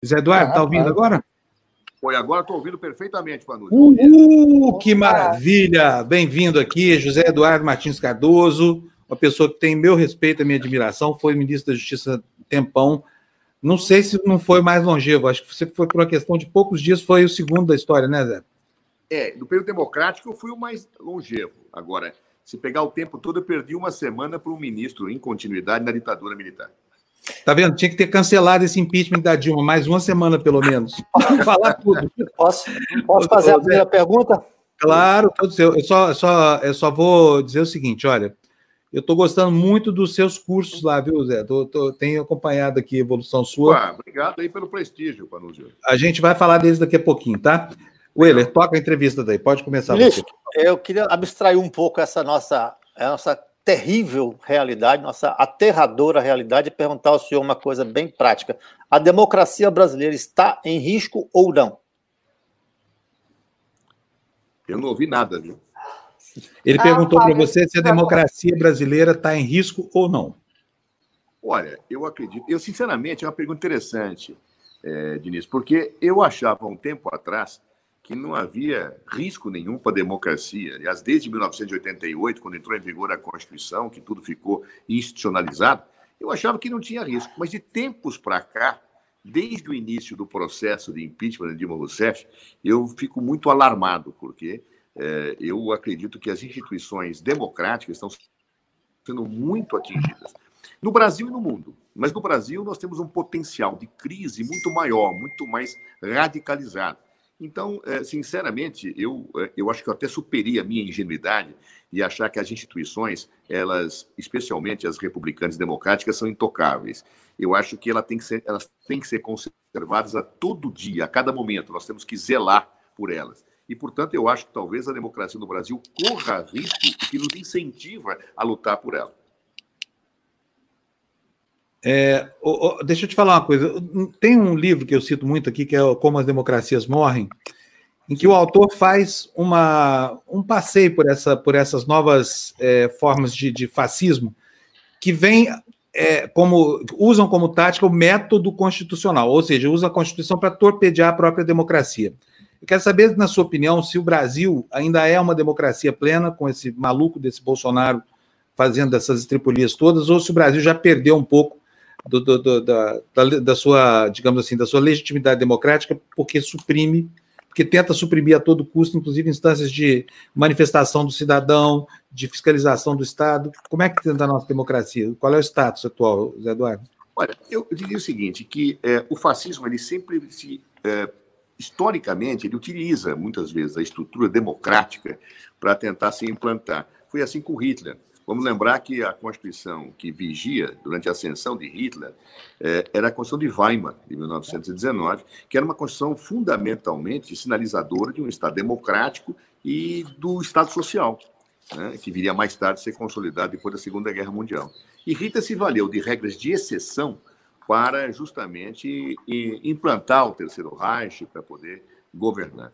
Zé Eduardo, está ouvindo agora? Oi, agora estou ouvindo perfeitamente, Panucci. Que maravilha! Bem-vindo aqui, José Eduardo Martins Cardoso, uma pessoa que tem meu respeito, a minha admiração, foi ministro da Justiça há tempão. Não sei se não foi mais longevo, acho que você foi por uma questão de poucos dias, foi o segundo da história, né, Zé? No período democrático eu fui o mais longevo. Agora, se pegar o tempo todo, eu perdi uma semana para um ministro em continuidade na ditadura militar. Tá vendo? Tinha que ter cancelado esse impeachment da Dilma, mais uma semana, pelo menos. Falar tudo. Posso fazer a primeira pergunta? Claro, todo seu. Eu só vou dizer o seguinte, olha, eu estou gostando muito dos seus cursos lá, viu, Zé? Tenho acompanhado aqui a evolução sua. Obrigado aí pelo prestígio, Panucci. A gente vai falar deles daqui a pouquinho, tá? Weller, toca a entrevista daí, pode começar. Ministro, eu queria abstrair um pouco essa nossa terrível realidade, nossa aterradora realidade, e perguntar ao senhor uma coisa bem prática. A democracia brasileira está em risco ou não? Eu não ouvi nada, viu? Ele perguntou para você se a democracia brasileira está em risco ou não. Olha, eu acredito... sinceramente, é uma pergunta interessante, Diniz, porque eu achava, há um tempo atrás, que não havia risco nenhum para a democracia. Aliás, desde 1988, quando entrou em vigor a Constituição, que tudo ficou institucionalizado, eu achava que não tinha risco. Mas de tempos para cá, desde o início do processo de impeachment de Dilma Rousseff, eu fico muito alarmado, porque eu acredito que as instituições democráticas estão sendo muito atingidas. No Brasil e no mundo. Mas no Brasil nós temos um potencial de crise muito maior, muito mais radicalizado. Então, sinceramente, eu acho que eu até superei a minha ingenuidade e achar que as instituições, elas, especialmente as republicanas e democráticas, são intocáveis. Eu acho que elas têm que ser conservadas a todo dia, a cada momento. Nós temos que zelar por elas. E, portanto, eu acho que talvez a democracia no Brasil corra risco que nos incentiva a lutar por ela. Deixa eu te falar uma coisa. Tem um livro que eu cito muito aqui, que é Como as Democracias Morrem, em que o autor faz um passeio por essas novas formas de fascismo que usam como tática o método constitucional, ou seja, usa a Constituição para torpedear a própria democracia. Eu quero saber, na sua opinião, se o Brasil ainda é uma democracia plena, com esse maluco desse Bolsonaro fazendo essas estripulias todas, ou se o Brasil já perdeu um pouco da sua, digamos assim, da sua legitimidade democrática, porque tenta suprimir a todo custo, inclusive instâncias de manifestação do cidadão, de fiscalização do Estado. Como é que tenta a nossa democracia? Qual é o status atual, Zé Eduardo? Olha, eu diria o seguinte, que o fascismo, ele sempre historicamente, ele utiliza, muitas vezes, a estrutura democrática para tentar se implantar. Foi assim com Hitler. Vamos lembrar que a Constituição que vigia durante a ascensão de Hitler era a Constituição de Weimar, de 1919, que era uma Constituição fundamentalmente sinalizadora de um Estado democrático e do Estado social, né, que viria mais tarde a ser consolidado depois da Segunda Guerra Mundial. E Hitler se valeu de regras de exceção para justamente implantar o Terceiro Reich para poder governar.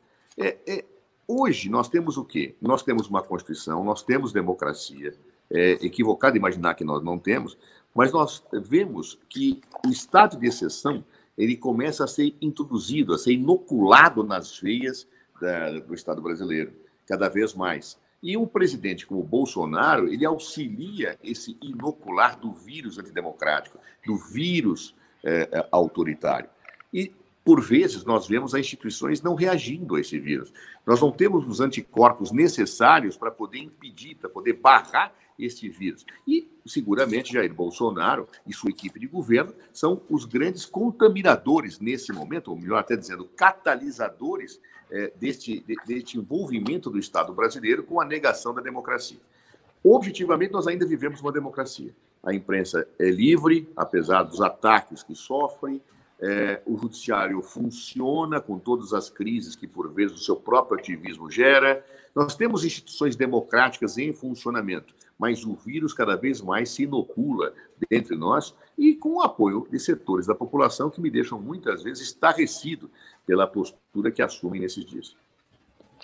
Hoje nós temos o quê? Nós temos uma Constituição, nós temos democracia. É equivocado imaginar que nós não temos, mas nós vemos que o estado de exceção ele começa a ser introduzido, a ser inoculado nas veias do Estado brasileiro, cada vez mais. E um presidente como o Bolsonaro, ele auxilia esse inocular do vírus antidemocrático, do vírus autoritário. E, por vezes, nós vemos as instituições não reagindo a esse vírus. Nós não temos os anticorpos necessários para poder impedir, para poder barrar este vírus. E, seguramente, Jair Bolsonaro e sua equipe de governo são os grandes contaminadores nesse momento, ou melhor até dizendo, catalisadores deste envolvimento do Estado brasileiro com a negação da democracia. Objetivamente, nós ainda vivemos uma democracia. A imprensa é livre, apesar dos ataques que sofre, o judiciário funciona com todas as crises que, por vezes, o seu próprio ativismo gera. Nós temos instituições democráticas em funcionamento, mas o vírus cada vez mais se inocula entre nós e com o apoio de setores da população que me deixam muitas vezes estarrecido pela postura que assumem nesses dias.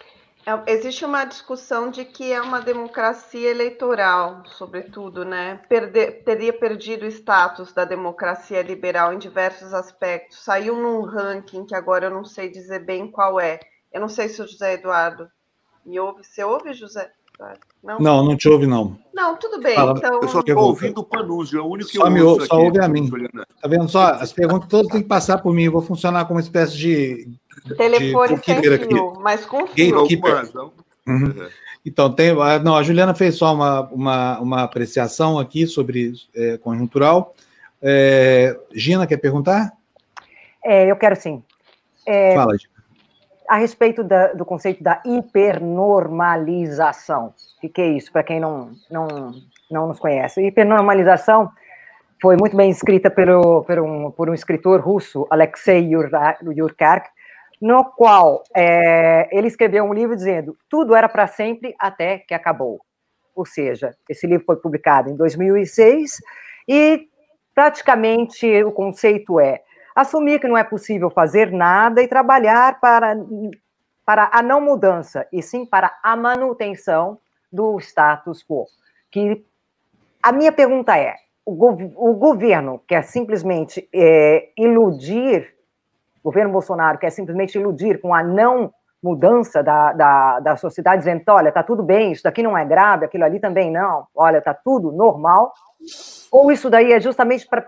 Existe uma discussão de que é uma democracia eleitoral, sobretudo, né? Teria perdido o status da democracia liberal em diversos aspectos. Saiu num ranking que agora eu não sei dizer bem qual é. Eu não sei se o José Eduardo me ouve. Você ouve, José Eduardo? Não? Não, não te ouve, não. Não, tudo bem. Fala, Então, eu só estou ouvindo o Panunzio, é o único que eu ouço aqui. Só ouve a mim. Tá vendo só? As perguntas todas têm que passar por mim. Eu vou funcionar como uma espécie de telefone sem fio, mas com fio. Uhum. Então, não, a Juliana fez só uma apreciação aqui sobre conjuntural. Gina, quer perguntar? Eu quero sim. Fala, Gina. A respeito do conceito da hipernormalização. O que é isso, para quem não nos conhece? A hipernormalização foi muito bem escrita por um escritor russo, Alexei Yurkak, no qual ele escreveu um livro dizendo tudo era para sempre até que acabou. Ou seja, esse livro foi publicado em 2006 e praticamente o conceito é assumir que não é possível fazer nada e trabalhar para a não mudança, e sim para a manutenção do status quo. Que a minha pergunta é, o governo quer simplesmente o governo Bolsonaro quer simplesmente iludir com a não mudança da sociedade, dizendo, olha, está tudo bem, isso daqui não é grave, aquilo ali também não, olha, está tudo normal, ou isso daí é justamente para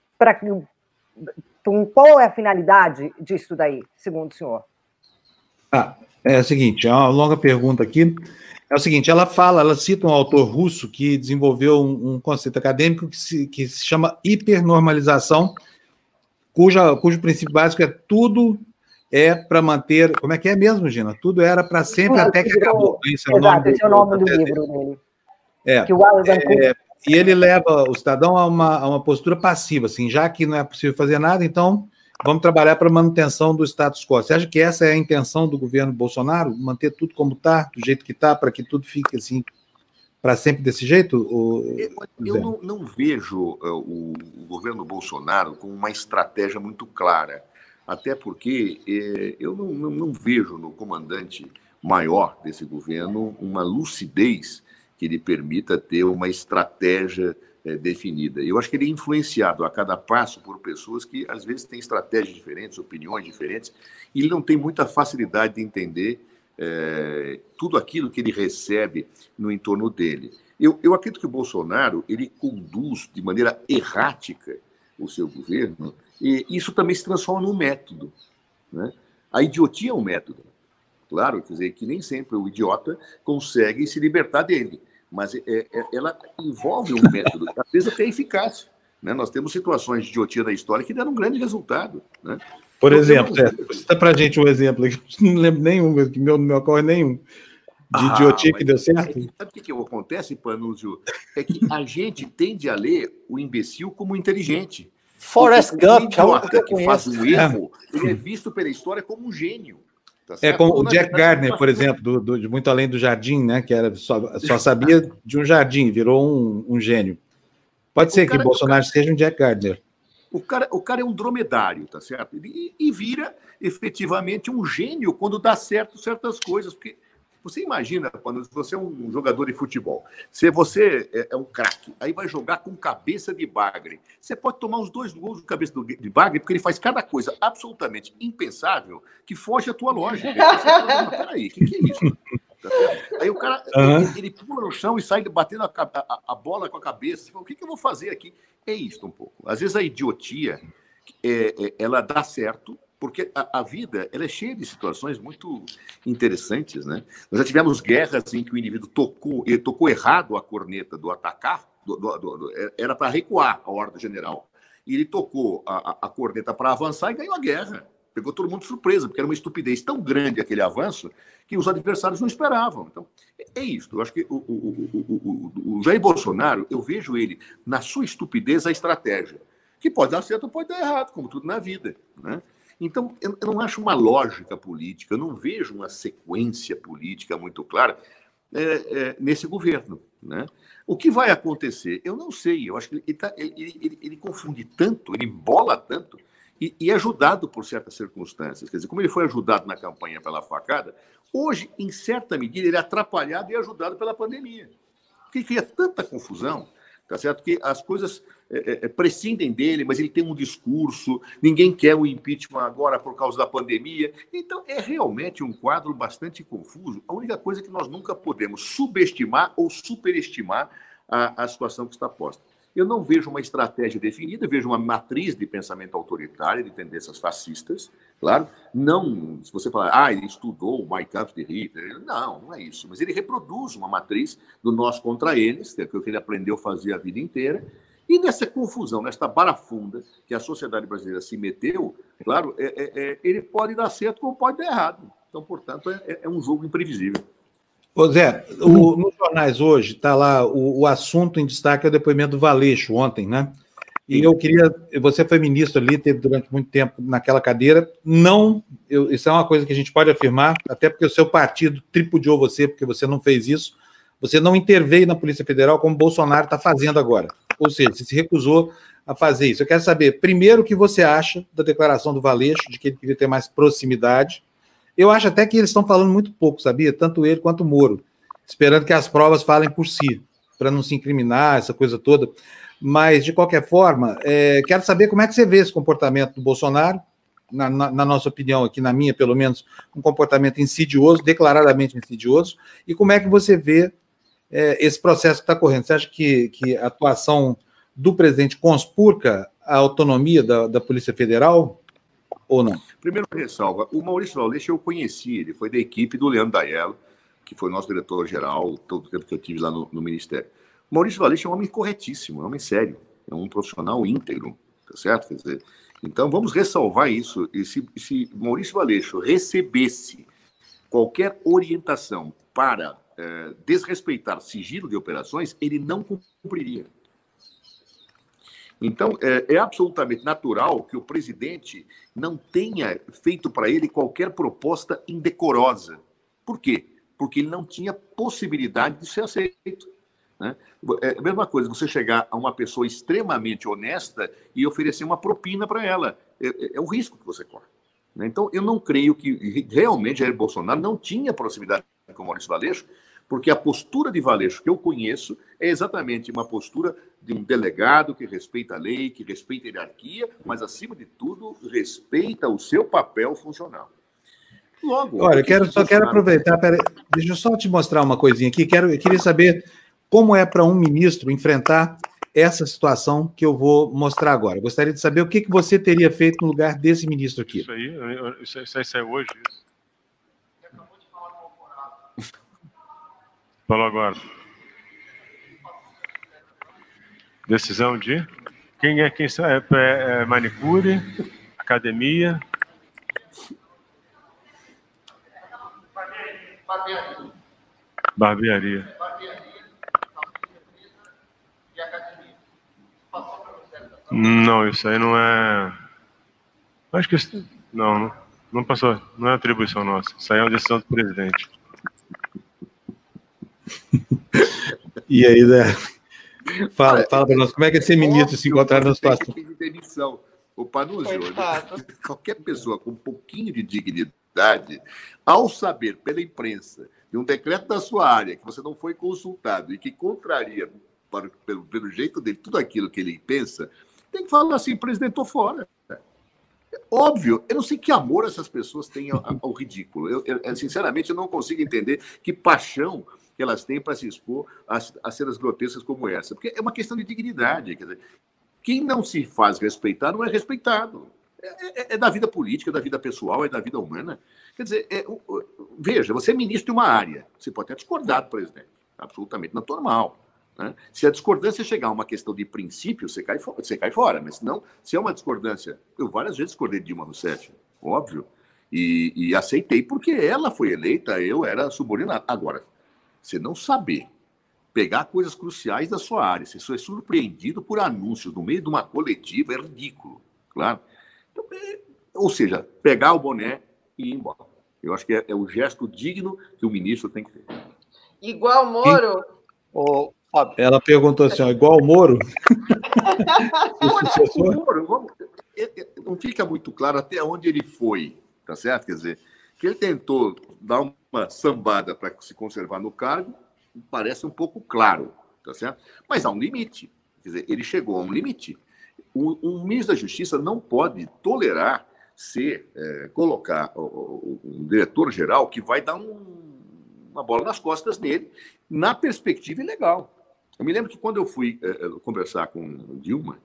qual é a finalidade disso daí, segundo o senhor? É o seguinte, é uma longa pergunta aqui. É o seguinte, ela cita um autor russo que desenvolveu um conceito acadêmico que se chama hipernormalização, cujo princípio básico é tudo para manter... Como é que é mesmo, Gina? Tudo era para sempre até que acabou. Esse é o nome do livro dele. E ele leva o cidadão a uma postura passiva, assim, já que não é possível fazer nada, então vamos trabalhar para a manutenção do status quo. Você acha que essa é a intenção do governo Bolsonaro? Manter tudo como está, do jeito que está, para que tudo fique assim, para sempre desse jeito? Eu não vejo o governo Bolsonaro com uma estratégia muito clara, até porque eu não vejo no comandante maior desse governo uma lucidez que lhe permita ter uma estratégia definida. Eu acho que ele é influenciado a cada passo por pessoas que, às vezes, têm estratégias diferentes, opiniões diferentes, e ele não tem muita facilidade de entender tudo aquilo que ele recebe no entorno dele. Eu acredito que o Bolsonaro ele conduz de maneira errática o seu governo, e isso também se transforma num método, né? A idiotia é um método. Claro, quer dizer, que nem sempre o idiota consegue se libertar dele, mas ela envolve um método, às vezes até eficaz, né? Nós temos situações de idiotia da história que deram um grande resultado, né? Por exemplo, cita para a gente um exemplo, não lembro nenhum, que não me ocorre nenhum, de idiotia que deu certo. Sabe o que acontece, Panunzio? É que a gente tende a ler o imbecil como inteligente. Forrest Gump, o idiota que faz um erro, ele é visto pela história como um gênio. Tá, como o Jack Gardner, por exemplo, de Muito Além do Jardim, né, que era só sabia de um jardim, virou um gênio. Pode ser que Bolsonaro seja um Jack Gardner. O cara é um dromedário, tá certo? E vira efetivamente um gênio quando dá certo certas coisas, porque você imagina, quando você é um jogador de futebol, se você é um craque, aí vai jogar com cabeça de bagre. Você pode tomar uns 2 gols de cabeça de bagre, porque ele faz cada coisa absolutamente impensável que foge à tua lógica. Você fala, peraí, o que é isso? Aí o cara ele pula no chão e sai batendo a bola com a cabeça. Você fala, o que eu vou fazer aqui? É isso um pouco. Às vezes a idiotia ela dá certo, porque a vida ela é cheia de situações muito interessantes, né? Nós já tivemos guerras em que o indivíduo tocou errado a corneta do atacar, era para recuar a ordem general. E ele tocou a corneta para avançar e ganhou a guerra. Pegou todo mundo de surpresa, porque era uma estupidez tão grande aquele avanço que os adversários não esperavam. Então, é isso. Eu acho que o Jair Bolsonaro, eu vejo ele, na sua estupidez, a estratégia. Que pode dar certo ou pode dar errado, como tudo na vida, né? Então, eu não acho uma lógica política, eu não vejo uma sequência política muito clara nesse governo, né? O que vai acontecer? Eu não sei. Eu acho que ele confunde tanto, ele embola tanto, e é ajudado por certas circunstâncias. Quer dizer, como ele foi ajudado na campanha pela facada, Hoje, em certa medida, ele é atrapalhado e ajudado pela pandemia. Porque cria tanta confusão, tá certo? Que as coisas prescindem dele, mas ele tem um discurso, ninguém quer o impeachment agora por causa da pandemia. Então, é realmente um quadro bastante confuso. A única coisa é que nós nunca podemos subestimar ou superestimar a situação que está posta. Eu não vejo uma estratégia definida, vejo uma matriz de pensamento autoritário, de tendências fascistas, claro. Não, se você falar, ele estudou o Mein Kampf de Hitler, não é isso. Mas ele reproduz uma matriz do nós contra eles, que é o que ele aprendeu a fazer a vida inteira. E nessa confusão, nesta barafunda que a sociedade brasileira se meteu, claro, ele pode dar certo como pode dar errado. Então, portanto, é um jogo imprevisível. Ô Zé, nos jornais hoje está lá o assunto em destaque é o depoimento do Valeixo ontem, né? E eu queria... Você foi ministro ali, teve durante muito tempo naquela cadeira. Isso é uma coisa que a gente pode afirmar, até porque o seu partido tripudiou você, porque você não fez isso. Você não interveio na Polícia Federal como Bolsonaro está fazendo agora. Ou seja, você se recusou a fazer isso. Eu quero saber, primeiro, o que você acha da declaração do Valeixo, de que ele queria ter mais proximidade. Eu acho até que eles estão falando muito pouco, sabia? Tanto ele quanto o Moro, esperando que as provas falem por si, para não se incriminar, essa coisa toda. Mas, de qualquer forma, quero saber como é que você vê esse comportamento do Bolsonaro, na nossa opinião aqui, na minha, pelo menos, um comportamento insidioso, declaradamente insidioso, e como é que você vê esse processo que está correndo. Você acha que a atuação do presidente conspurca a autonomia da Polícia Federal? Ou não? Primeiro, ressalva, o Maurício Valeixo eu conheci, ele foi da equipe do Leandro Daiello, que foi nosso diretor-geral, todo o tempo que eu tive lá no Ministério. O Maurício Valeixo é um homem corretíssimo, é um homem sério, é um profissional íntegro, tá certo? Quer dizer, então, vamos ressalvar isso. E se Maurício Valeixo recebesse qualquer orientação para desrespeitar sigilo de operações, ele não cumpriria. Então, é absolutamente natural que o presidente não tenha feito para ele qualquer proposta indecorosa. Por quê? Porque ele não tinha possibilidade de ser aceito. Né? É a mesma coisa você chegar a uma pessoa extremamente honesta e oferecer uma propina para ela. É o risco que você corre. Né? Então, eu não creio que realmente Jair Bolsonaro não tinha proximidade com o Maurício Valeixo, porque a postura de Valeixo que eu conheço é exatamente uma postura de um delegado que respeita a lei, que respeita a hierarquia, mas, acima de tudo, respeita o seu papel funcional. Logo, olha, eu quero aproveitar, deixa eu só te mostrar uma coisinha aqui. Eu queria saber como é para um ministro enfrentar essa situação que eu vou mostrar agora. Eu gostaria de saber o que você teria feito no lugar desse ministro aqui. Isso aí saiu hoje, isso. Falou agora. Decisão de... Quem é manicure, academia... Barbearia. Não, isso aí não é... Acho que isso... Não passou. Não é atribuição nossa. Isso aí é uma decisão do presidente. E aí, Zé? Fala para nós, como é que esse ministro se encontrar na situação? De demissão. O Panunzio, qualquer pessoa com um pouquinho de dignidade, ao saber pela imprensa de um decreto da sua área que você não foi consultado e que contraria, pelo jeito dele, tudo aquilo que ele pensa, tem que falar assim, presidente, estou fora. Óbvio, eu não sei que amor essas pessoas têm ao ridículo. Sinceramente, eu não consigo entender que paixão que elas têm para se expor a cenas grotescas como essa. Porque é uma questão de dignidade. Quer dizer, quem não se faz respeitar não é respeitado. É da vida política, da vida pessoal, é da vida humana. Quer dizer, veja, você é ministro de uma área. Você pode até discordar do presidente. Absolutamente normal. Né? Se a discordância chegar a uma questão de princípio, você cai fora. Mas não, se é uma discordância... Eu várias vezes discordei de Dilma Rousseff, óbvio. E aceitei porque ela foi eleita, eu era subordinado. Agora, você não saber pegar coisas cruciais da sua área, você é surpreendido por anúncios no meio de uma coletiva, é ridículo, claro. Então, ou seja, pegar o boné e ir embora. Eu acho que é o gesto digno que o ministro tem que ter. Igual Moro? Ela perguntou assim, igual o Moro? Não fica muito claro até onde ele foi, tá certo? Quer dizer, Que ele tentou dar uma sambada para se conservar no cargo, parece um pouco claro, tá certo? Mas há um limite. Quer dizer, ele chegou a um limite. Um ministro da Justiça não pode tolerar colocar um diretor-geral que vai dar uma bola nas costas dele na perspectiva ilegal. Eu me lembro que quando eu fui conversar com Dilma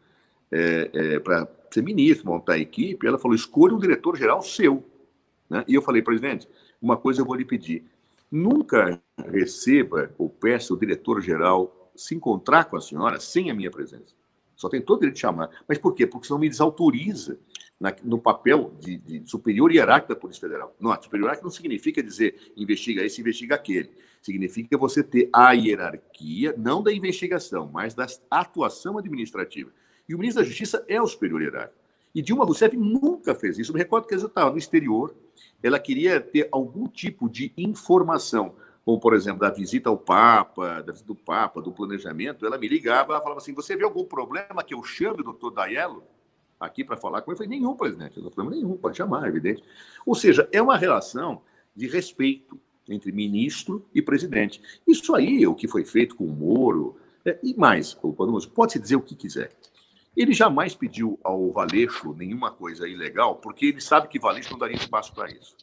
para ser ministro, montar a equipe, ela falou, escolha um diretor-geral seu. Né? E eu falei, presidente, uma coisa eu vou lhe pedir. Nunca receba ou peça o diretor-geral se encontrar com a senhora sem a minha presença. Só tem todo o direito de chamar. Mas por quê? Porque senão me desautoriza no papel de superior hierárquico da Polícia Federal. Não, superior hierárquico não significa dizer investiga esse, investiga aquele. Significa você ter a hierarquia, não da investigação, mas da atuação administrativa. E o ministro da Justiça é o superior hierárquico. E Dilma Rousseff nunca fez isso. Eu me recordo que ela estava no exterior, ela queria ter algum tipo de informação, como, por exemplo, da visita ao Papa, da visita do Papa, do planejamento. Ela me ligava, ela falava assim, você vê algum problema que eu chame o doutor Daiello aqui para falar com ele? Eu falei, nenhum, presidente, não tem problema nenhum, pode chamar, é evidente. Ou seja, é uma relação de respeito entre ministro e presidente. Isso aí, o que foi feito com o Moro, e mais, pode-se dizer o que quiser. Ele jamais pediu ao Valeixo nenhuma coisa ilegal, porque ele sabe que Valeixo não daria espaço para isso.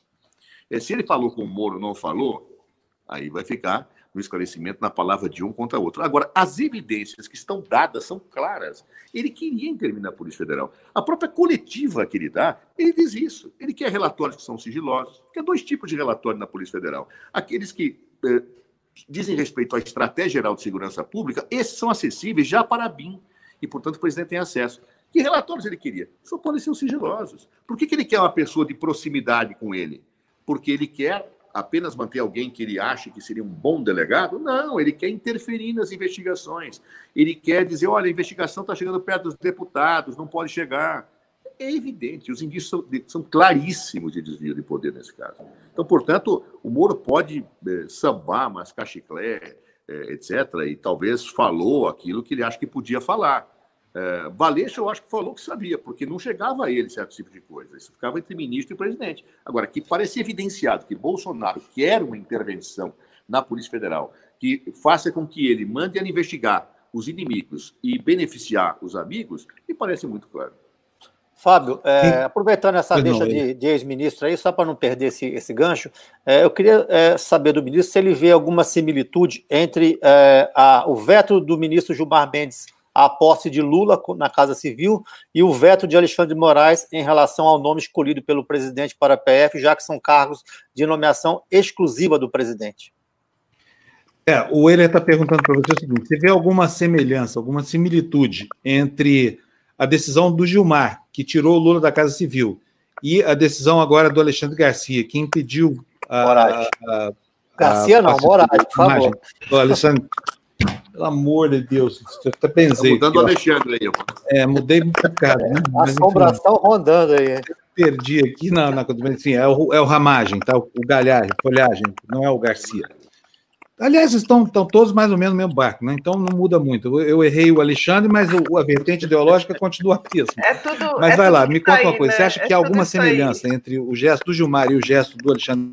Se ele falou com o Moro ou não falou, aí vai ficar no esclarecimento na palavra de um contra outro. Agora, as evidências que estão dadas são claras. Ele queria intervir na Polícia Federal. A própria coletiva que ele dá, ele diz isso. Ele quer relatórios que são sigilosos. Quer dois tipos de relatório na Polícia Federal. Aqueles que dizem respeito à Estratégia Geral de Segurança Pública, esses são acessíveis já para a BIM. E, portanto, o presidente tem acesso. Que relatórios ele queria? Só podem ser os sigilosos. Por que ele quer uma pessoa de proximidade com ele? Porque ele quer apenas manter alguém que ele acha que seria um bom delegado? Não, ele quer interferir nas investigações. Ele quer dizer, olha, a investigação está chegando perto dos deputados, não pode chegar. É evidente, os indícios são claríssimos de desvio de poder nesse caso. Então, portanto, o Moro pode sambar, mascar chiclete, etc., e talvez falou aquilo que ele acha que podia falar. Valeixo, eu acho que falou que sabia, porque não chegava a ele certo tipo de coisa. Isso ficava entre ministro e presidente. Agora, que parece evidenciado que Bolsonaro quer uma intervenção na Polícia Federal que faça com que ele mande ela investigar os inimigos e beneficiar os amigos, me parece muito claro. Fábio, aproveitando essa deixa de ex-ministro aí, só para não perder esse gancho, eu queria saber do ministro se ele vê alguma similitude entre o veto do ministro Gilmar Mendes à posse de Lula na Casa Civil e o veto de Alexandre de Moraes em relação ao nome escolhido pelo presidente para a PF, já que são cargos de nomeação exclusiva do presidente. O Euler está perguntando para você o seguinte, você vê alguma semelhança, alguma similitude entre a decisão do Gilmar, que tirou o Lula da Casa Civil, e a decisão agora do Alexandre Garcia, que impediu Moraes, por favor. Alexandre, pelo amor de Deus, eu até pensei. Tá mudando o Alexandre aí. Mudei um bocado. Assombração rondando aí. Perdi aqui, enfim, é o Ramagem, tá? O Galhardo, Folhagem, não é o Garcia. Aliás, estão todos mais ou menos no mesmo barco, né? Então não muda muito. Eu errei o Alexandre, mas a vertente ideológica continua a mesma. Mas vai lá, me conta uma coisa. Você acha que há alguma semelhança entre o gesto do Gilmar e o gesto do Alexandre?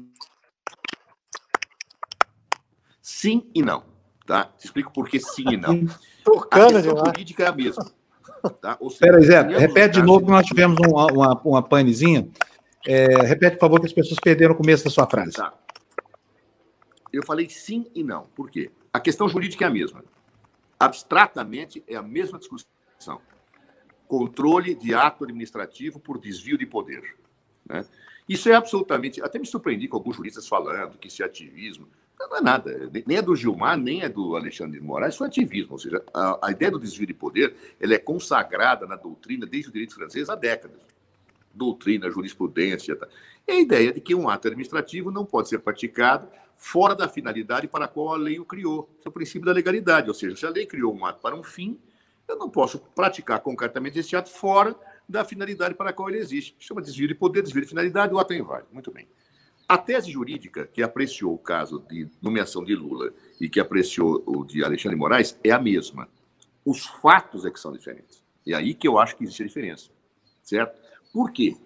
Sim e não. Tá? Te explico por que sim e não. A questão jurídica é a mesma. Tá? Espera aí, Zé, repete de novo que nós tivemos uma panezinha. Repete, por favor, que as pessoas perderam o começo da sua frase. Tá. Eu falei sim e não. Por quê? A questão jurídica é a mesma. Abstratamente, é a mesma discussão. Controle de ato administrativo por desvio de poder. Né? Isso é absolutamente... Até me surpreendi com alguns juristas falando que isso é ativismo. Não é nada. Nem é do Gilmar, nem é do Alexandre de Moraes. Isso é ativismo. Ou seja, a ideia do desvio de poder ela é consagrada na doutrina desde o direito francês há décadas. Doutrina, jurisprudência. Tá? É a ideia de que um ato administrativo não pode ser praticado fora da finalidade para a qual a lei o criou. Esse é o princípio da legalidade. Ou seja, se a lei criou um ato para um fim, eu não posso praticar concretamente esse ato fora da finalidade para a qual ele existe. Chama desvio de poder, desvio de finalidade, o ato é inválido. Muito bem. A tese jurídica que apreciou o caso de nomeação de Lula e que apreciou o de Alexandre de Moraes é a mesma. Os fatos é que são diferentes. É aí que eu acho que existe a diferença. Certo? Por quê?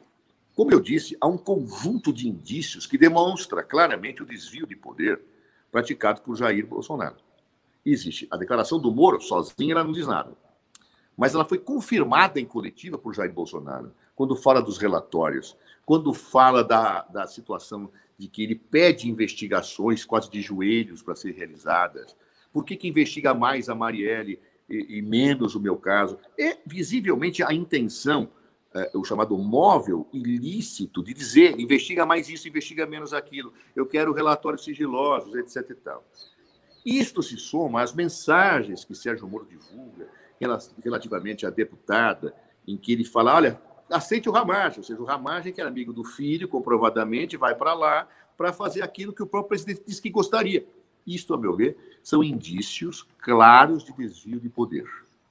Como eu disse, há um conjunto de indícios que demonstra claramente o desvio de poder praticado por Jair Bolsonaro. Existe a declaração do Moro, sozinha ela não diz nada, mas ela foi confirmada em coletiva por Jair Bolsonaro, quando fala dos relatórios, quando fala da situação de que ele pede investigações quase de joelhos para serem realizadas. Por que investiga mais a Marielle e menos o meu caso? É visivelmente a intenção, o chamado móvel ilícito, de dizer, investiga mais isso, investiga menos aquilo, eu quero relatórios sigilosos, etc. e tal. Isto se soma às mensagens que Sérgio Moro divulga relativamente à deputada, em que ele fala, olha, aceite o Ramagem, ou seja, o Ramagem, que era amigo do filho, comprovadamente, vai para lá para fazer aquilo que o próprio presidente disse que gostaria. Isto, a meu ver, são indícios claros de desvio de poder.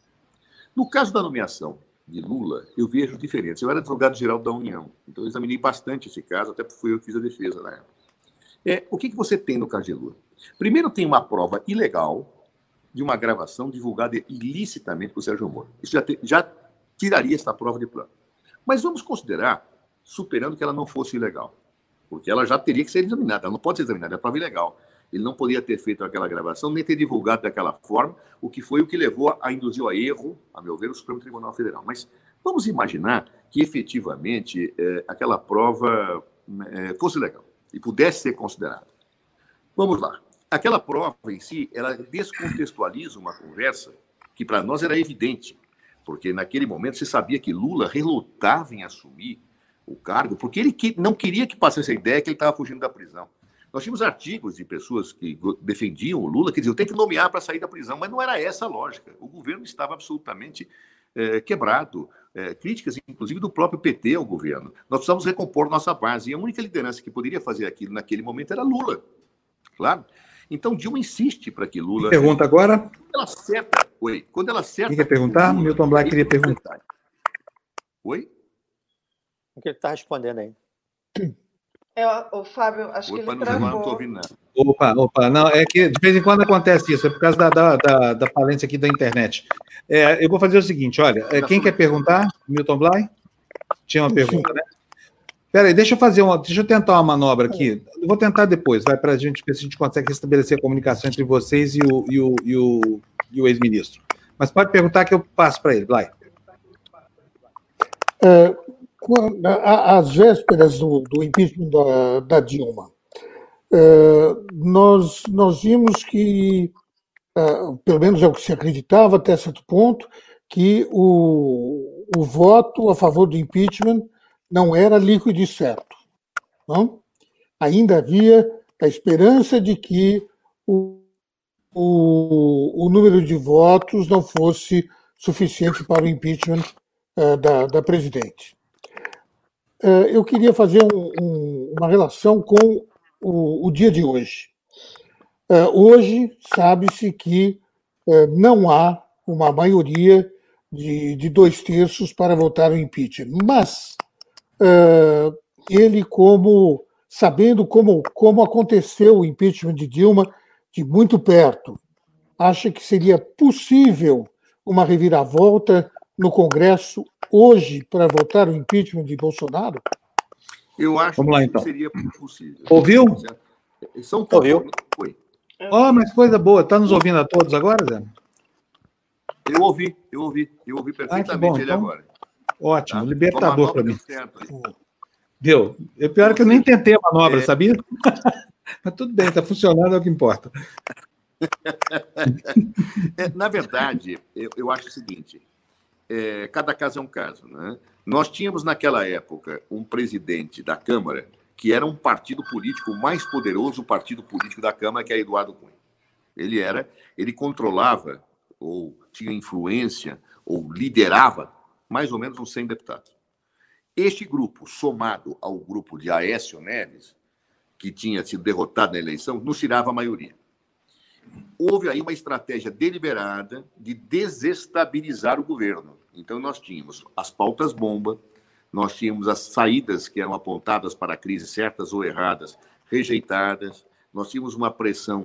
No caso da nomeação de Lula, eu vejo diferença. Eu era advogado-geral da União, então eu examinei bastante esse caso, até porque fui eu que fiz a defesa na época. O que você tem no caso de Lula? Primeiro, tem uma prova ilegal de uma gravação divulgada ilicitamente por Sérgio Moro. Isso já tiraria essa prova de plano. Mas vamos considerar, superando que ela não fosse ilegal, porque ela já teria que ser examinada, ela não pode ser examinada, é prova ilegal. Ele não poderia ter feito aquela gravação, nem ter divulgado daquela forma, o que foi o que levou a induzir a erro, a meu ver, o Supremo Tribunal Federal. Mas vamos imaginar que, efetivamente, aquela prova fosse legal e pudesse ser considerada. Vamos lá. Aquela prova em si, ela descontextualiza uma conversa que para nós era evidente, porque naquele momento se sabia que Lula relutava em assumir o cargo, porque ele não queria que passasse a ideia que ele estava fugindo da prisão. Nós tínhamos artigos de pessoas que defendiam o Lula, que diziam, tem que nomear para sair da prisão, mas não era essa a lógica. O governo estava absolutamente quebrado. Críticas, inclusive, do próprio PT ao governo. Nós precisávamos recompor nossa base, e a única liderança que poderia fazer aquilo naquele momento era Lula. Claro. Então, Dilma insiste para que Lula... Pergunta agora. Quando ela acerta... Oi. Quando ela acerta... Quem quer perguntar? Lula, Milton Black queria perguntar. Oi? O que ele está respondendo aí? O Fábio, acho que ele travou. Não estou ouvindo nada. Opa. Não, é que de vez em quando acontece isso, é por causa da falência aqui da internet. Eu vou fazer o seguinte, olha, quem quer perguntar? Milton Black? Tinha uma pergunta, né? Peraí, deixa eu tentar uma manobra aqui. Eu vou tentar depois, vai, para a gente ver se a gente consegue restabelecer a comunicação entre vocês e o ex-ministro. Mas pode perguntar que eu passo para ele, Blay. Às vésperas do impeachment da Dilma, nós vimos que, pelo menos é o que se acreditava até certo ponto, que o voto a favor do impeachment não era líquido e certo. Não? Ainda havia a esperança de que o número de votos não fosse suficiente para o impeachment da presidente. Eu queria fazer uma relação com o dia de hoje. Hoje, sabe-se que não há uma maioria de 2/3 para votar o impeachment, mas ele, sabendo como aconteceu o impeachment de Dilma de muito perto, acha que seria possível uma reviravolta no Congresso hoje para votar o impeachment de Bolsonaro? Eu acho Vamos lá, que então. seria possível. Ouviu? Ouviu? Oi. Mas coisa boa. Está nos ouvindo a todos agora, Zé? Eu ouvi perfeitamente bom, ele então, agora. Ótimo, libertador para mim. Certo. Viu? O pior é que eu nem tentei a manobra, sabia? Mas tudo bem, está funcionando, é o que importa. Na verdade, eu acho o seguinte, cada caso é um caso, né? Nós tínhamos naquela época um presidente da Câmara que era um partido político mais poderoso, o partido político da Câmara, que é Eduardo Cunha. Ele controlava, ou tinha influência, ou liderava mais ou menos uns 100 deputados. Este grupo, somado ao grupo de Aécio Neves, que tinha sido derrotado na eleição, nos tirava a maioria. Houve aí uma estratégia deliberada de desestabilizar o governo. Então, nós tínhamos as pautas-bomba, nós tínhamos as saídas que eram apontadas para a crise, certas ou erradas, rejeitadas, nós tínhamos uma pressão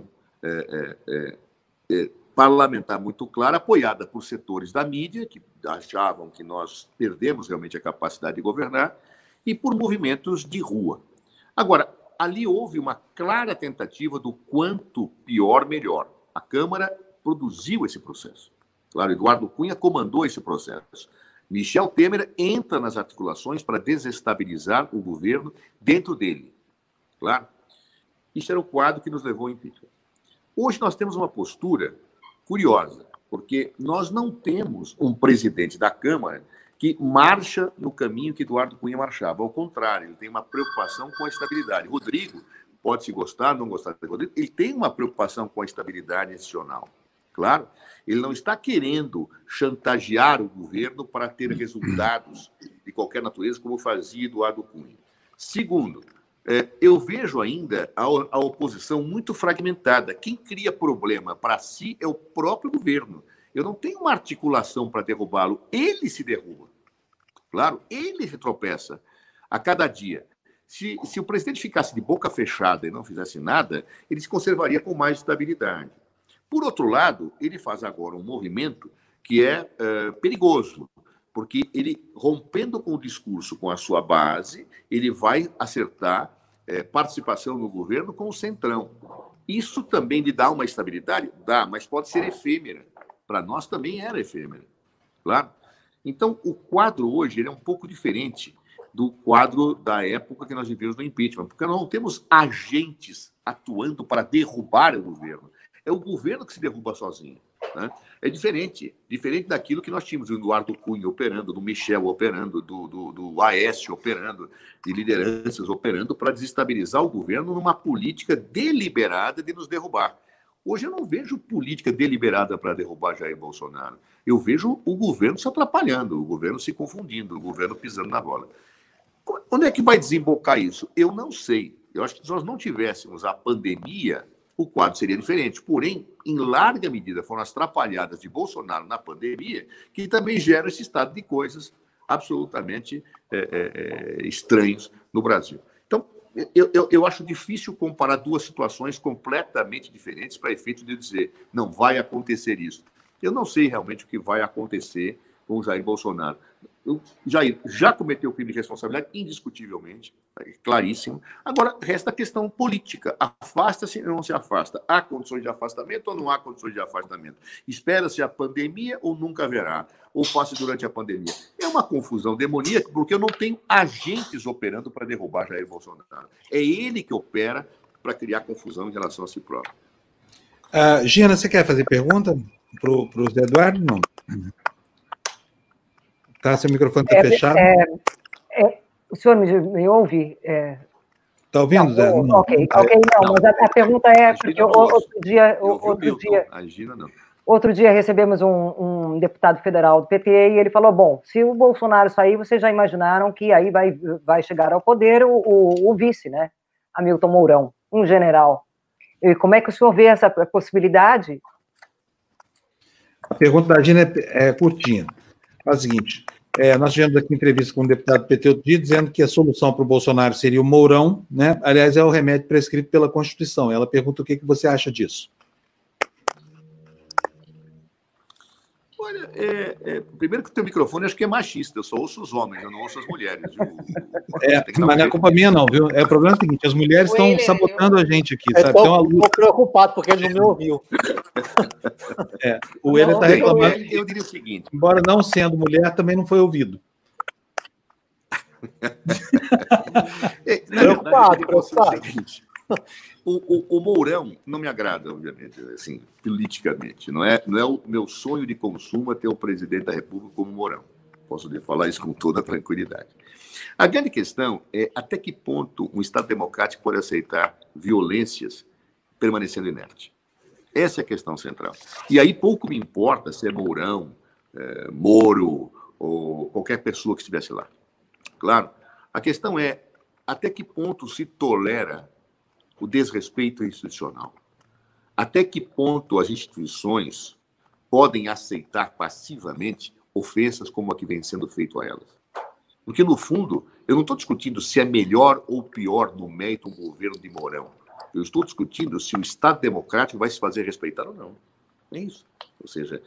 parlamentar muito clara, apoiada por setores da mídia, que achavam que nós perdemos realmente a capacidade de governar, e por movimentos de rua. Agora, ali houve uma clara tentativa do quanto pior, melhor. A Câmara produziu esse processo. Claro, Eduardo Cunha comandou esse processo. Michel Temer entra nas articulações para desestabilizar o governo dentro dele. Claro. Isso era o quadro que nos levou ao impeachment. Hoje nós temos uma postura curiosa, porque nós não temos um presidente da Câmara que marcha no caminho que Eduardo Cunha marchava. Ao contrário, ele tem uma preocupação com a estabilidade. Rodrigo, pode-se gostar, não gostar de Rodrigo, ele tem uma preocupação com a estabilidade institucional. Claro, ele não está querendo chantagear o governo para ter resultados de qualquer natureza, como fazia Eduardo Cunha. Segundo, eu vejo ainda a oposição muito fragmentada. Quem cria problema para si é o próprio governo. Eu não tenho uma articulação para derrubá-lo. Ele se derruba. Claro, ele se tropeça a cada dia. Se o presidente ficasse de boca fechada e não fizesse nada, ele se conservaria com mais estabilidade. Por outro lado, ele faz agora um movimento que é perigoso, porque ele, rompendo com o discurso com a sua base, ele vai acertar participação no governo com o Centrão. Isso também lhe dá uma estabilidade? Dá, mas pode ser efêmera. Para nós também era efêmera, claro. Então, o quadro hoje ele é um pouco diferente do quadro da época que nós vivemos no impeachment, porque nós não temos agentes atuando para derrubar o governo. É o governo que se derruba sozinho. Né? É diferente daquilo que nós tínhamos do Eduardo Cunha operando, do Michel operando, do Aécio operando, de lideranças operando para desestabilizar o governo numa política deliberada de nos derrubar. Hoje eu não vejo política deliberada para derrubar Jair Bolsonaro. Eu vejo o governo se atrapalhando, o governo se confundindo, o governo pisando na bola. Onde é que vai desembocar isso? Eu não sei. Eu acho que se nós não tivéssemos a pandemia, o quadro seria diferente. Porém, em larga medida, foram as atrapalhadas de Bolsonaro na pandemia que também geram esse estado de coisas absolutamente estranhos no Brasil. Então, eu acho difícil comparar duas situações completamente diferentes para efeito de dizer, não, vai acontecer isso. Eu não sei realmente o que vai acontecer com o Jair Bolsonaro. O Jair já cometeu crime de responsabilidade, indiscutivelmente, claríssimo. Agora, resta a questão política. Afasta-se ou não se afasta? Há condições de afastamento ou não há condições de afastamento? Espera-se a pandemia ou nunca haverá? Ou faz-se durante a pandemia? É uma confusão demoníaca, porque eu não tenho agentes operando para derrubar Jair Bolsonaro. É ele que opera para criar confusão em relação a si próprio. Gina, você quer fazer pergunta para o Zé Eduardo? Não. Tá, seu microfone está fechado. O senhor me ouve? Está ouvindo, Zé? Não. Ok, não, mas a pergunta é, porque outro dia recebemos um deputado federal do PT e ele falou, bom, se o Bolsonaro sair, vocês já imaginaram que aí vai chegar ao poder o vice, né? Hamilton Mourão, um general. E como é que o senhor vê essa possibilidade? A pergunta da Gina é curtinha. É o seguinte, nós tivemos aqui entrevista com um deputado do PT outro dia dizendo que a solução para o Bolsonaro seria o Mourão, né? Aliás, é o remédio prescrito pela Constituição. Ela pergunta o que você acha disso. Olha, primeiro que o teu microfone acho que é machista, eu só ouço os homens, eu não ouço as mulheres. Mas não é culpa minha não, viu? O problema é o seguinte, as mulheres estão sabotando a gente aqui, sabe? Estou preocupado porque ele não me ouviu. O Willian está reclamando. Eu diria o seguinte. Embora não sendo mulher, também não foi ouvido. Preocupado. O Mourão não me agrada, obviamente, assim, politicamente. Não é o meu sonho de consumo ter o presidente da República como Mourão. Posso falar isso com toda tranquilidade. A grande questão é até que ponto um Estado democrático pode aceitar violências permanecendo inerte. Essa é a questão central. E aí pouco me importa se é Mourão, Moro ou qualquer pessoa que estivesse lá. Claro, a questão é até que ponto se tolera o desrespeito institucional. Até que ponto as instituições podem aceitar passivamente ofensas como a que vem sendo feito a elas? Porque, no fundo, eu não estou discutindo se é melhor ou pior no mérito um governo de Mourão. Eu estou discutindo se o Estado democrático vai se fazer respeitar ou não. É isso. Ou seja,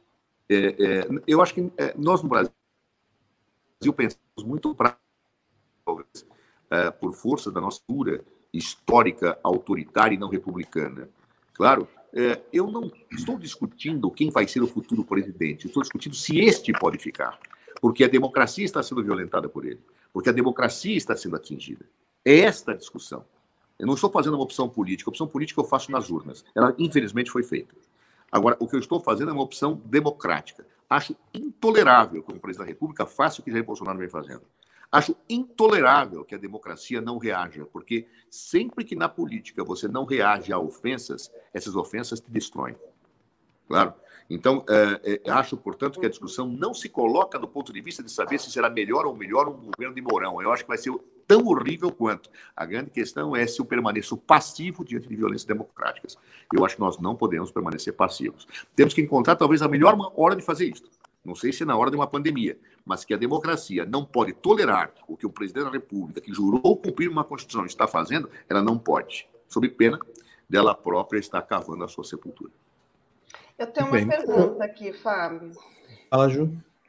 eu acho que nós no Brasil pensamos muito por força da nossa cultura histórica, autoritária e não republicana. Claro, eu não estou discutindo quem vai ser o futuro presidente, estou discutindo se este pode ficar, porque a democracia está sendo violentada por ele, porque a democracia está sendo atingida. É esta a discussão. Eu não estou fazendo uma opção política. A opção política eu faço nas urnas. Ela, infelizmente, foi feita. Agora, o que eu estou fazendo é uma opção democrática. Acho intolerável que o presidente da República faça o que Jair Bolsonaro vem fazendo. Acho intolerável que a democracia não reaja, porque sempre que na política você não reage a ofensas, essas ofensas te destroem. Claro. Então, acho, portanto, que a discussão não se coloca do ponto de vista de saber se será melhor ou melhor um governo de Mourão. Eu acho que vai ser tão horrível quanto. A grande questão é se eu permaneço passivo diante de violências democráticas. Eu acho que nós não podemos permanecer passivos. Temos que encontrar, talvez, a melhor hora de fazer isso. Não sei se é na hora de uma pandemia, mas que a democracia não pode tolerar o que o presidente da República, que jurou cumprir uma Constituição, está fazendo, ela não pode, sob pena dela própria estar cavando a sua sepultura. Eu tenho uma pergunta aqui, Fábio. Fala, Ju.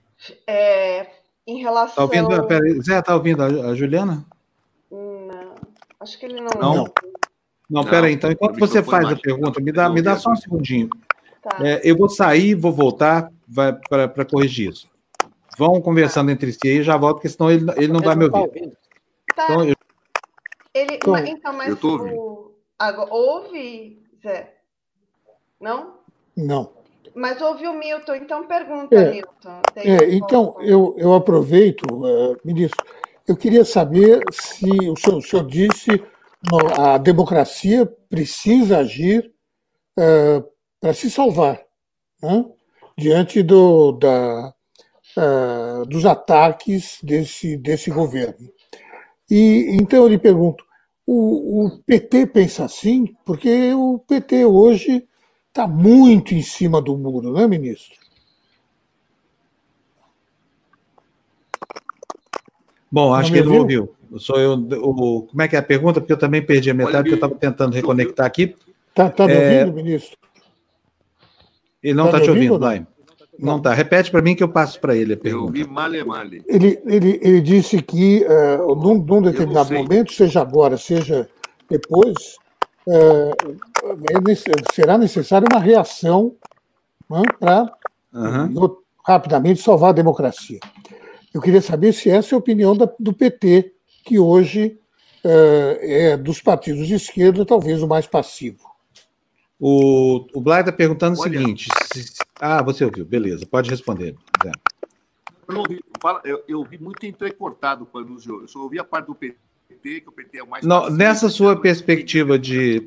Em relação... Tá ouvindo? Pera, Zé, tá ouvindo a Juliana? Não, acho que ele não. Não, pera aí. Então, enquanto você faz a pergunta, me dá só um segundinho. Tá. Eu vou sair, vou voltar para corrigir isso. Vão conversando entre si aí, já volto, porque senão ele não vai me ouvir. Tá. Então, mas eu tô ouvindo. Ouve, Zé? Não? Não. Mas ouve o Milton, então pergunta, Milton. Então, eu aproveito, ministro, eu queria saber se o senhor disse a democracia precisa agir para se salvar, né, diante dos ataques desse governo. E então eu lhe pergunto, o PT pensa assim? Porque o PT hoje está muito em cima do muro, não é, ministro? Bom, acho que ele não ouviu. Como é que é a pergunta? Porque eu também perdi a metade, porque eu estava tentando reconectar aqui. Está me ouvindo, ministro? Ele não está te ouvindo, vai. Não está. Repete para mim que eu passo para ele a pergunta. Eu ouvi male. Ele disse que, num determinado momento, seja agora, seja depois, será necessária uma reação, né, para rapidamente salvar a democracia. Eu queria saber se essa é a opinião do PT, que hoje é dos partidos de esquerda talvez o mais passivo. O Blay está perguntando o seguinte... você ouviu, beleza, pode responder. Zé. Eu ouvi muito entrecortado quando anunciou. Eu só ouvi a parte do PT, que o PT é o mais... Não, nessa sua perspectiva de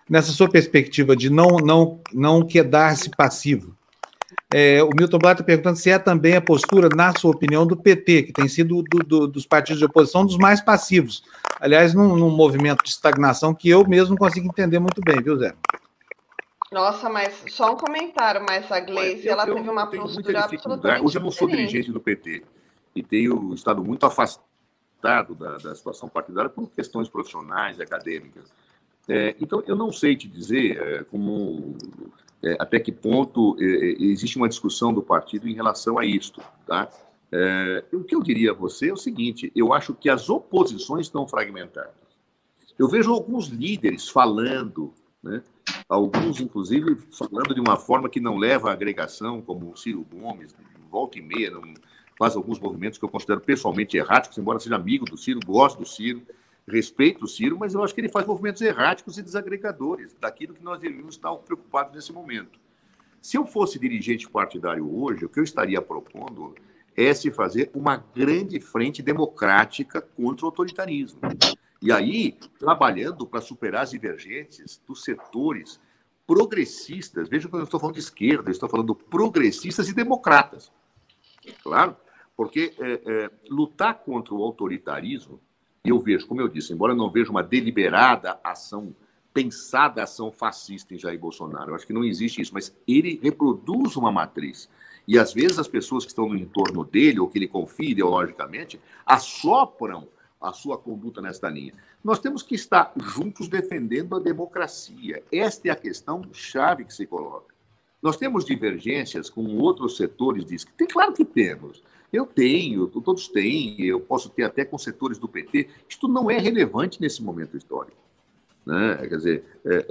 não quedar-se passivo, o Milton Blay está perguntando se é também a postura, na sua opinião, do PT, que tem sido dos partidos de oposição dos mais passivos. Aliás, num movimento de estagnação que eu mesmo não consigo entender muito bem, viu, Zé? Nossa, mas só um comentário, mas a Gleisi, ela teve uma postura absolutamente Hoje eu não sou dirigente do PT e tenho estado muito afastado da situação partidária por questões profissionais e acadêmicas. Então, eu não sei te dizer até que ponto existe uma discussão do partido em relação a isto. Tá? O que eu diria a você é o seguinte, eu acho que as oposições estão fragmentadas. Eu vejo alguns líderes falando, né, alguns, inclusive, falando de uma forma que não leva à agregação, como o Ciro Gomes, volta e meia, faz alguns movimentos que eu considero pessoalmente erráticos, embora seja amigo do Ciro, gosto do Ciro, respeito o Ciro, mas eu acho que ele faz movimentos erráticos e desagregadores daquilo que nós deveríamos estar preocupados nesse momento. Se eu fosse dirigente partidário hoje, o que eu estaria propondo é se fazer uma grande frente democrática contra o autoritarismo. E aí, trabalhando para superar as divergências dos setores progressistas, veja que eu não estou falando de esquerda, eu estou falando progressistas e democratas. Claro, porque lutar contra o autoritarismo, eu vejo, como eu disse, embora eu não veja uma deliberada ação, pensada ação fascista em Jair Bolsonaro, eu acho que não existe isso, mas ele reproduz uma matriz. E, às vezes, as pessoas que estão no entorno dele, ou que ele confia ideologicamente, assopram a sua conduta nesta linha. Nós temos que estar juntos defendendo a democracia. Esta é a questão chave que se coloca. Nós temos divergências com outros setores disso. Claro que temos. Eu tenho, todos têm, eu posso ter até com setores do PT. Isto não é relevante nesse momento histórico. Né? Quer dizer,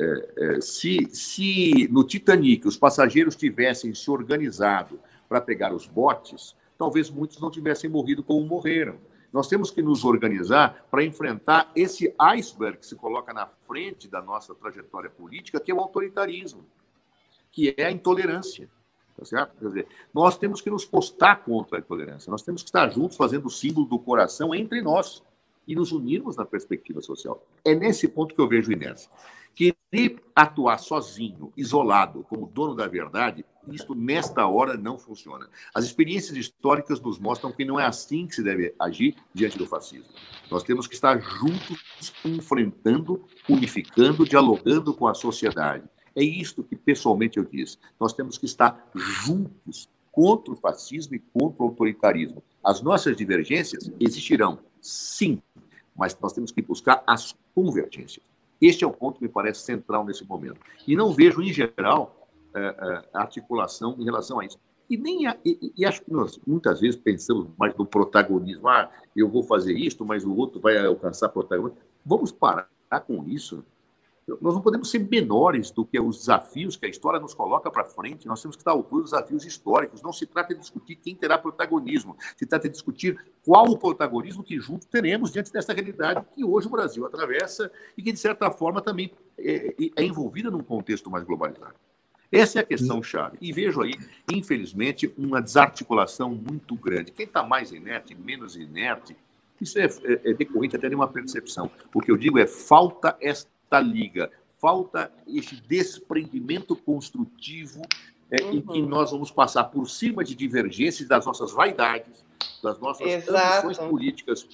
se no Titanic os passageiros tivessem se organizado para pegar os botes, talvez muitos não tivessem morrido como morreram. Nós temos que nos organizar para enfrentar esse iceberg que se coloca na frente da nossa trajetória política, que é o autoritarismo, que é a intolerância. Tá certo? Quer dizer, nós temos que nos postar contra a intolerância, nós temos que estar juntos fazendo o símbolo do coração entre nós e nos unirmos na perspectiva social. É nesse ponto que eu vejo inércia. Querer atuar sozinho, isolado, como dono da verdade, isto nesta hora não funciona. As experiências históricas nos mostram que não é assim que se deve agir diante do fascismo. Nós temos que estar juntos, enfrentando, unificando, dialogando com a sociedade. É isto que, pessoalmente, eu disse. Nós temos que estar juntos contra o fascismo e contra o autoritarismo. As nossas divergências existirão, sim, mas nós temos que buscar as convergências. Este é o ponto que me parece central nesse momento. E não vejo, em geral, articulação em relação a isso. E acho que nós, muitas vezes, pensamos mais no protagonismo. Eu vou fazer isto, mas o outro vai alcançar protagonismo. Vamos parar com isso. Nós não podemos ser menores do que os desafios que a história nos coloca para frente. Nós temos que estar à altura dos desafios históricos. Não se trata de discutir quem terá protagonismo. Se trata de discutir qual o protagonismo que juntos teremos diante dessa realidade que hoje o Brasil atravessa e que, de certa forma, também é envolvida num contexto mais globalizado. Essa é a questão-chave. E vejo aí, infelizmente, uma desarticulação muito grande. Quem está mais inerte, menos inerte, isso é decorrente até de uma percepção. O que eu digo é falta esta liga, falta este desprendimento construtivo em que nós vamos passar por cima de divergências das nossas vaidades, das nossas ambições políticas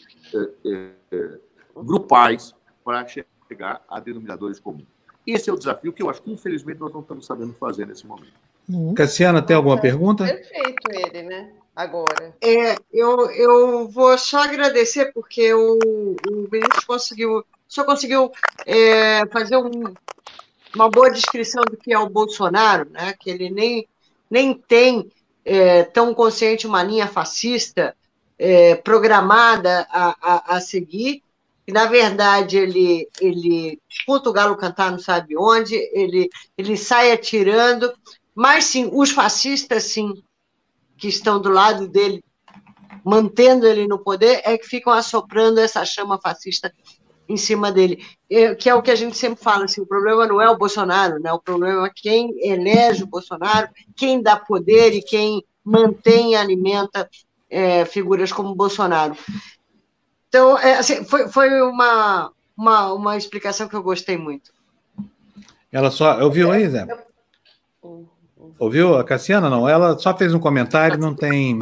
grupais para chegar a denominadores comuns. Esse é o desafio que eu acho que, infelizmente, nós não estamos sabendo fazer nesse momento. Cassiana, tem alguma pergunta? Perfeito ele, né? Agora. Eu vou só agradecer, porque o ministro conseguiu fazer uma boa descrição do que é o Bolsonaro, né? Que ele nem tem tão consciente uma linha fascista programada a seguir, e, na verdade, ele escuta o galo cantar não sabe onde, ele sai atirando, mas, sim, os fascistas, sim, que estão do lado dele, mantendo ele no poder, é que ficam assoprando essa chama fascista em cima dele, que é o que a gente sempre fala, assim, o problema não é o Bolsonaro, né? O problema é quem elege o Bolsonaro, quem dá poder e quem mantém e alimenta figuras como o Bolsonaro. Então, assim, foi uma explicação que eu gostei muito. Ela só... Ouviu aí, Zé? Ouviu a Cassiana? Não, ela só fez um comentário, não tem...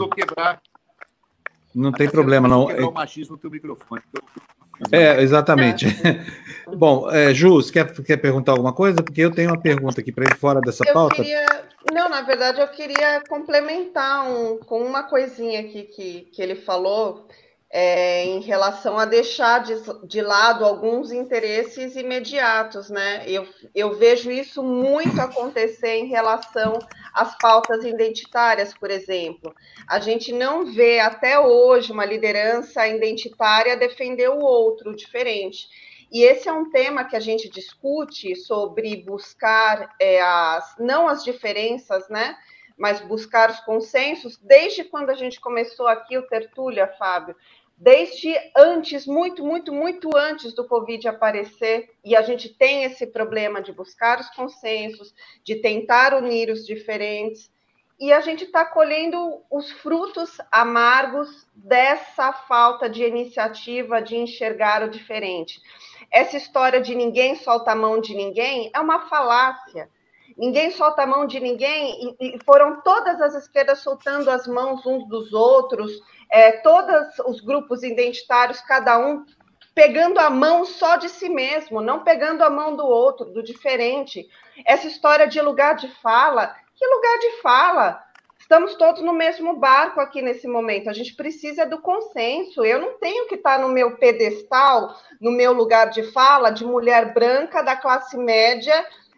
Não tem problema, não. Quebrar o machismo no teu microfone. Exatamente. Bom, Ju, você quer perguntar alguma coisa? Porque eu tenho uma pergunta aqui para ele fora dessa pauta. Não, na verdade, eu queria complementar com uma coisinha aqui que ele falou em relação a deixar de lado alguns interesses imediatos, né? Eu vejo isso muito acontecer em relação às pautas identitárias, por exemplo. A gente não vê até hoje uma liderança identitária defender o outro diferente. E esse é um tema que a gente discute sobre buscar não as diferenças, né? Mas buscar os consensos, desde quando a gente começou aqui o Tertúlia, Fábio, desde antes, muito, muito, muito antes do Covid aparecer, e a gente tem esse problema de buscar os consensos, de tentar unir os diferentes, e a gente está colhendo os frutos amargos dessa falta de iniciativa de enxergar o diferente. Essa história de ninguém solta a mão de ninguém é uma falácia. Ninguém solta a mão de ninguém, e foram todas as esquerdas soltando as mãos uns dos outros, todos os grupos identitários, cada um pegando a mão só de si mesmo, não pegando a mão do outro, do diferente. Essa história de lugar de fala, que lugar de fala? Estamos todos no mesmo barco aqui nesse momento, a gente precisa do consenso. Eu não tenho que estar no meu pedestal, no meu lugar de fala, de mulher branca, da classe média,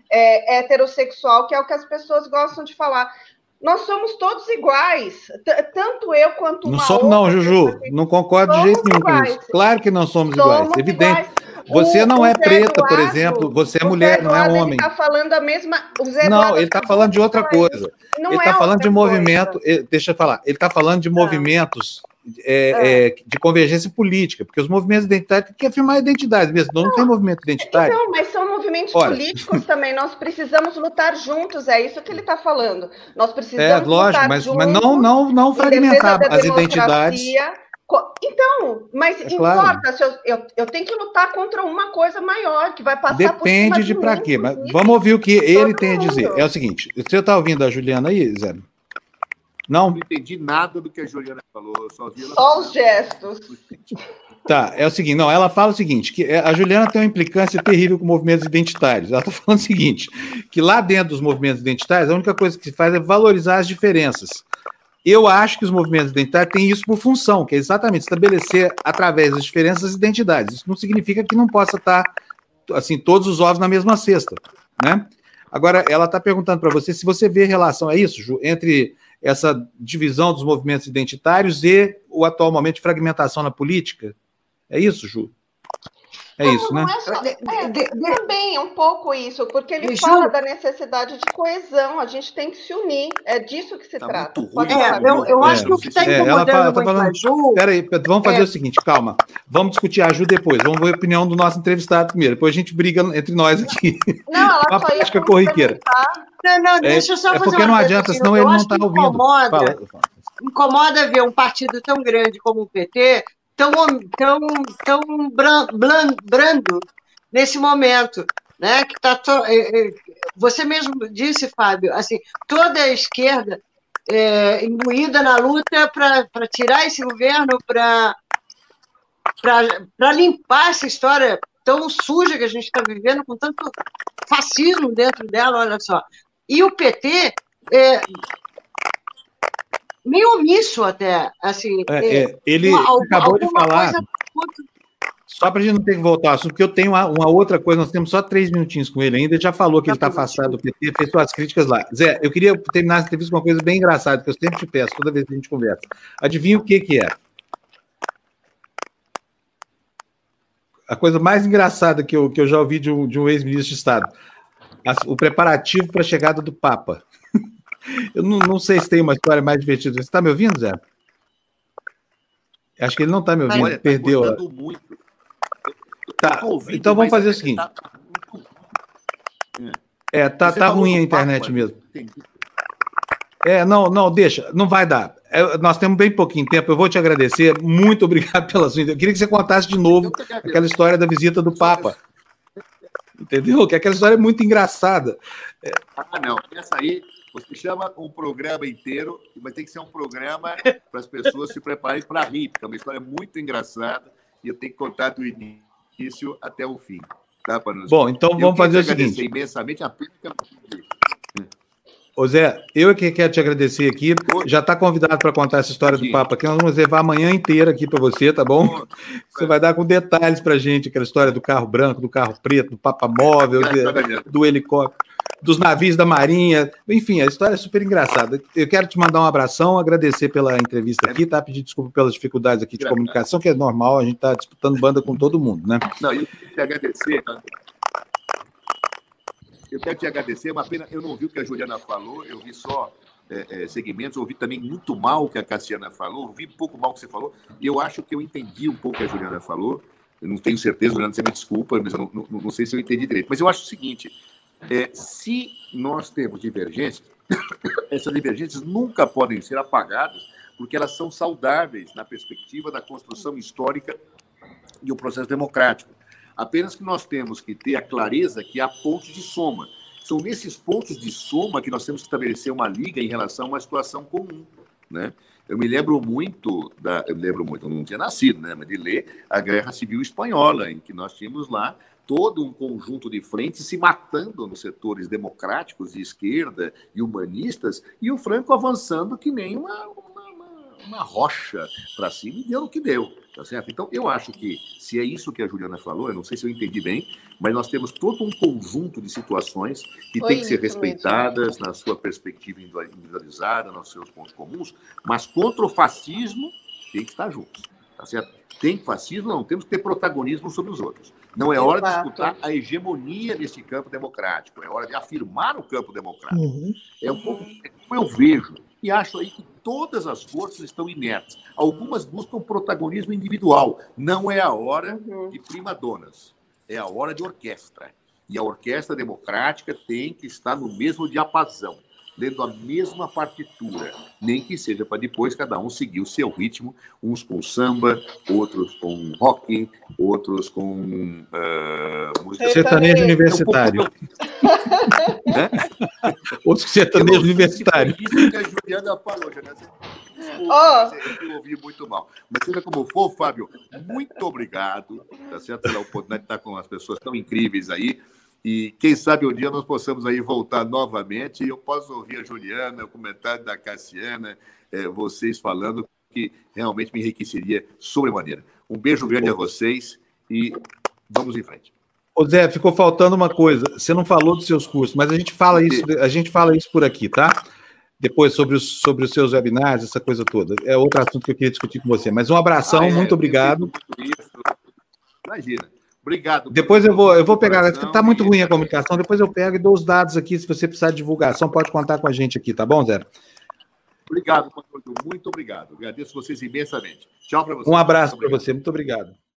heterossexual, que é o que as pessoas gostam de falar. Nós somos todos iguais, tanto eu quanto não somos, não, Juju, não concordo de jeito nenhum com isso. Claro que não somos iguais, evidente. Você não é preta, por exemplo, você é mulher, não é homem. Ele está falando a mesma... Não, ele está falando de outra coisa. Ele está falando de movimento... Deixa eu falar. Ele está falando de movimentos de convergência política, porque os movimentos identitários têm que afirmar a identidade mesmo, não tem movimento identitário. Não, mas são movimentos políticos também, nós precisamos lutar juntos, é isso que ele está falando. Nós precisamos lógico, lutar juntos, mas não fragmentar as identidades. Então, mas importa, claro. Eu tenho que lutar contra uma coisa maior, que vai passar Depende por cima de para quê, mas vamos ouvir o que ele tem a dizer. É o seguinte, você está ouvindo a Juliana aí, Zé? Não? Não entendi nada do que a Juliana falou, só os gestos. Tá, é o seguinte, não, ela fala o seguinte, que a Juliana tem uma implicância terrível com movimentos identitários. Ela está falando o seguinte, que lá dentro dos movimentos identitários, a única coisa que se faz é valorizar as diferenças. Eu acho que os movimentos identitários têm isso por função, que é exatamente estabelecer, através das diferenças, as identidades. Isso não significa que não possa estar, assim, todos os ovos na mesma cesta, né? Agora, ela está perguntando para você se você vê relação, é isso, Ju, entre essa divisão dos movimentos identitários e o atual momento de fragmentação na política? É isso, Ju? É isso, né? Também é um pouco isso, porque ele fala da necessidade de coesão, a gente tem que se unir, é disso que se trata. Eu acho que o que está incomodando muito a Ju... Peraí, vamos fazer o seguinte, calma, vamos discutir a Ju depois, vamos ver a opinião do nosso entrevistado primeiro, depois a gente briga entre nós aqui. Não, ela uma prática corriqueira. Não, deixa eu só fazer porque não adianta, senão ele não está ouvindo. Incomoda ver um partido tão grande como o PT... tão brando nesse momento, né? Que tá você mesmo disse, Fábio, assim, toda a esquerda imbuída na luta para tirar esse governo, para limpar essa história tão suja que a gente está vivendo, com tanto fascismo dentro dela, olha só. E o PT meio omisso até, assim... ele acabou de falar, só para a gente não ter que voltar ao assunto, porque eu tenho uma outra coisa, nós temos só 3 minutinhos com ele ainda, ele já falou que ele está afastado do PT, fez suas críticas lá. Zé, eu queria terminar essa entrevista com uma coisa bem engraçada, que eu sempre te peço, toda vez que a gente conversa. Adivinha o que é? A coisa mais engraçada que eu já ouvi de um ex-ministro de Estado. O preparativo para a chegada do Papa. Eu não sei se tem uma história mais divertida. Você está me ouvindo, Zé? Acho que ele não está me ouvindo. Olha, perdeu. Tá, então vamos fazer o seguinte. Tá ruim a internet mesmo. Não, deixa. Não vai dar. Nós temos bem pouquinho tempo. Eu vou te agradecer. Muito obrigado pela sua... Eu queria que você contasse de novo aquela história da visita do Papa. Entendeu? Que aquela história é muito engraçada. Não. Essa aí... Você chama um programa inteiro, mas tem que ser um programa para as pessoas se prepararem para rir, porque é uma história muito engraçada e eu tenho que contar do início até o fim. Tá, bom, então vamos fazer o seguinte. Imensamente a pena que eu Ô Zé, eu que quero te agradecer aqui. Já está convidado para contar essa história do Papa aqui. Nós vamos levar a manhã inteira aqui para você, tá bom? Você vai dar com detalhes para a gente aquela história do carro branco, do carro preto, do Papa móvel, do helicóptero, dos navios da Marinha. Enfim, a história é super engraçada. Eu quero te mandar um abração, agradecer pela entrevista aqui, tá? Pedir desculpa pelas dificuldades aqui de comunicação, que é normal, a gente está disputando banda com todo mundo, né? Não, eu queria te agradecer. Eu quero te agradecer, uma pena, eu não vi o que a Juliana falou, eu vi só segmentos, ouvi também muito mal o que a Cassiana falou, ouvi pouco mal o que você falou, e eu acho que eu entendi um pouco o que a Juliana falou, eu não tenho certeza, Juliana, você me desculpa, mas eu não sei se eu entendi direito, mas eu acho o seguinte, se nós temos divergências, essas divergências nunca podem ser apagadas, porque elas são saudáveis na perspectiva da construção histórica e o processo democrático. Apenas que nós temos que ter a clareza que há pontos de soma. São nesses pontos de soma que nós temos que estabelecer uma liga em relação a uma situação comum, né? Eu me lembro muito, eu não tinha nascido, né, mas de ler a Guerra Civil Espanhola, em que nós tínhamos lá todo um conjunto de frentes se matando nos setores democráticos de esquerda e humanistas, e o Franco avançando que nem uma rocha para cima e deu no que deu, tá certo? Então, eu acho que, se é isso que a Juliana falou, eu não sei se eu entendi bem, mas nós temos todo um conjunto de situações que tem que ser respeitadas na sua perspectiva individualizada, nos seus pontos comuns, mas contra o fascismo tem que estar juntos, tá certo? Tem fascismo, não temos que ter protagonismo sobre os outros. Não é hora de disputar a hegemonia nesse campo democrático, é hora de afirmar o campo democrático. É um pouco como eu vejo, e acho aí que todas as forças estão inertes. Algumas buscam protagonismo individual. Não é a hora de primadonas, é a hora de orquestra. E a orquestra democrática tem que estar no mesmo diapasão, lendo a mesma partitura, nem que seja para depois cada um seguir o seu ritmo, uns com samba, outros com rock, outros com música sertanejo universitário. Né? Outros sertanejo universitário. Isso que a Juliana falou, Desculpa, eu ouvi muito mal. Mas seja como for, Fábio, muito obrigado, tá certo, pela oportunidade de estar com as pessoas tão incríveis aí. E quem sabe um dia nós possamos aí voltar novamente e eu posso ouvir a Juliana, o comentário da Cassiana, vocês falando, que realmente me enriqueceria sobremaneira. Um beijo grande a vocês e vamos em frente. Ô Zé, ficou faltando uma coisa. Você não falou dos seus cursos, mas a gente fala isso por aqui, tá? Depois sobre os seus webinars, essa coisa toda. É outro assunto que eu queria discutir com você. Mas um abração, muito obrigado. Imagina. Obrigado. Depois eu vou pegar, está muito ruim a comunicação, depois eu pego e dou os dados aqui, se você precisar de divulgação, pode contar com a gente aqui, tá bom, Zé? Obrigado, muito obrigado. Agradeço vocês imensamente. Tchau para vocês. Um abraço para você, muito obrigado.